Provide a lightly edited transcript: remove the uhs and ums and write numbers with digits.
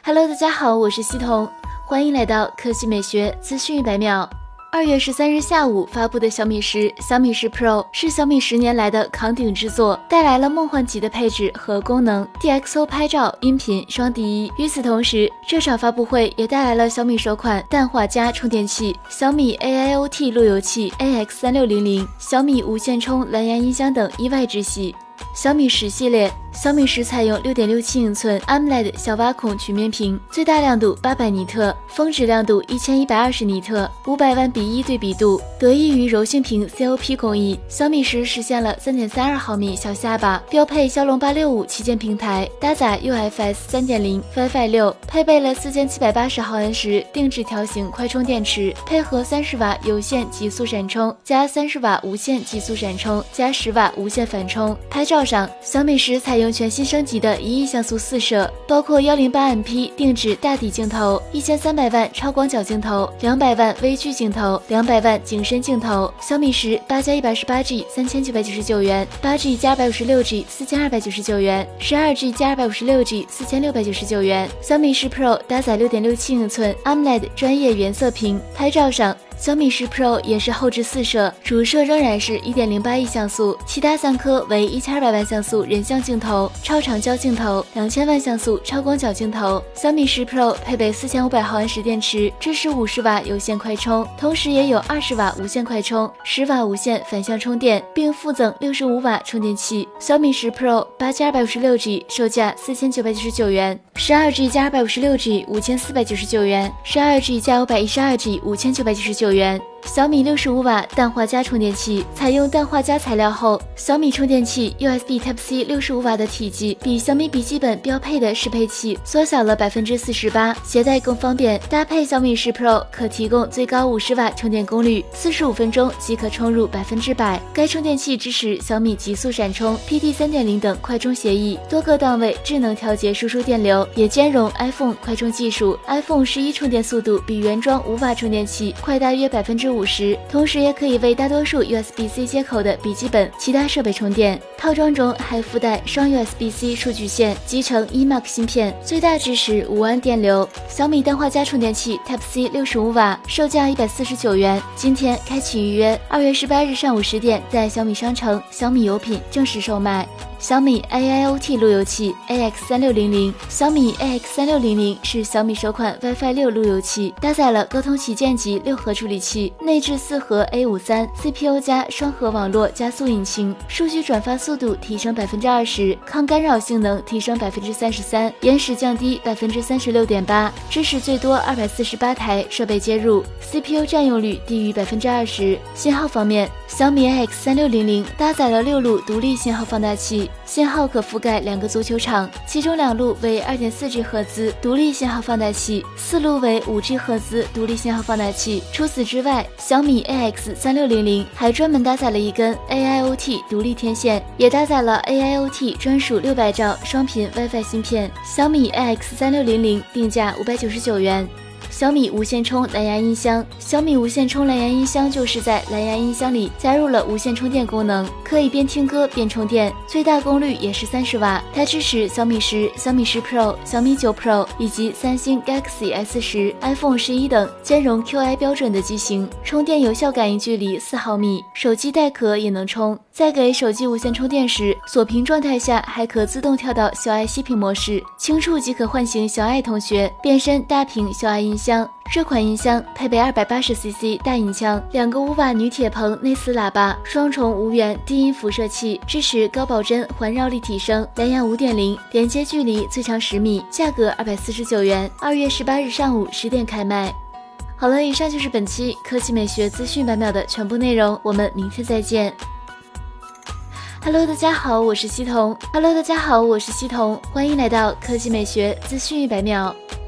Hello， 大家好，我是西彤，欢迎来到科技美学资讯100秒。2月13日下午发布的小米10 Pro 是小米10年来的扛鼎之作，带来了梦幻级的配置和功能 ，DxO 拍照、音频双第一。与此同时，这场发布会也带来了小米首款氮化镓充电器、小米 AIoT 路由器 AX3600、小米无线充蓝牙音箱等意外之喜。小米10系列，小米10采用 6.67英寸 AMOLED 小挖孔曲面屏，最大亮度800尼特，峰值亮度1120尼特，500万比1对比度。得益于柔性屏 COP 工艺，小米10实现了 3.32 毫米小下巴，标配骁龙865旗舰平台，搭载 UFS 3.0 WiFi 6，配备了4780毫安时定制条形快充电池，配合30瓦有线极速闪充加30瓦无线极速闪充加10瓦无线反充。拍照上，小米10采用全新升级的1亿像素四摄，包括 108MP 定制大底镜头、1300万超广角镜头、200万微距镜头、200万景深镜头。小米10 8+128G 3999元，8G 加256G 4299元，12G 加256G 4699元。小米10 Pro 搭载 6.67英寸 AMOLED 专业原色屏。拍照上，小米10 Pro 也是后置四摄，主摄仍然是 1.08亿像素，其他3颗为1200万像素人像镜头、超长焦镜头、2000万像素超广角镜头。小米10 Pro 配备4500毫安时电池，支持50瓦有线快充，同时也有20瓦无线快充、10瓦无线反向充电，并附赠65瓦充电器。小米10 Pro 8+256G 售价4999元，12G 加256G 5499元，12G 加512G 5999元。小米65瓦氮化镓充电器采用氮化镓材料后，小米充电器 USB Type-C 65瓦的体积比小米笔记本标配的适配器缩小了 48%， 携带更方便。搭配小米10 Pro 可提供最高50瓦充电功率，45分钟即可充入100%。该充电器支持小米极速闪充、PD 3.0 等快充协议，多个档位智能调节输出电流，也兼容 iPhone 快充技术。iPhone 11充电速度比原装5瓦充电器快大约50%，同时也可以为大多数 USB-C 接口的笔记本、其他设备充电。套装中还附带双 USB-C 数据线，集成 eMark 芯片，最大支持5安电流。小米氮化镓充电器 Type-C 65瓦，售价149元，今天开启预约，2月18日上午10点在小米商城、小米有品正式售卖。小米 AIoT 路由器 AX3600， 小米 AX3600 是小米首款 WiFi 6路由器，搭载了高通旗舰级6核处理器，内置4核 A53 CPU 加双核网络加速引擎，数据转发速度提升 20%， 抗干扰性能提升 33%， 延时降低 36.8%， 支持最多248台设备接入， CPU 占用率低于 20%。 信号方面，小米 AX3600 搭载了6路独立信号放大器，信号可覆盖2个足球场，其中2路为 2.4G 赫兹独立信号放大器，4路为 5G 赫兹独立信号放大器。除此之外，小米 AX3600 还专门搭载了一根 AIoT 独立天线，也搭载了 AIoT 专属600兆双频 WiFi 芯片。小米 AX3600 定价599元。小米无线充蓝牙音箱，小米无线充蓝牙音箱就是在蓝牙音箱里加入了无线充电功能，可以边听歌边充电，最大功率也是30瓦。它支持小米10、小米10 Pro、小米9 Pro 以及三星 Galaxy S10、iPhone 11等兼容 QI 标准的机型，充电有效感应距离4毫米，手机带壳也能充。在给手机无线充电时，锁屏状态下还可自动跳到小爱熄屏模式，轻触即可唤醒小爱同学，变身大屏小爱音箱。这款音箱配备 280cc 大音腔，2个5瓦女铁棚内磁喇叭，双重无源低音辐射器，支持高保真环绕立体声，蓝牙 5.0， 连接距离最长10米，价格249元，2月18日上午10点开卖。好了，以上就是本期科技美学资讯100秒的全部内容，我们明天再见。Hello， 大家好，我是西彤。欢迎来到科技美学资讯100秒。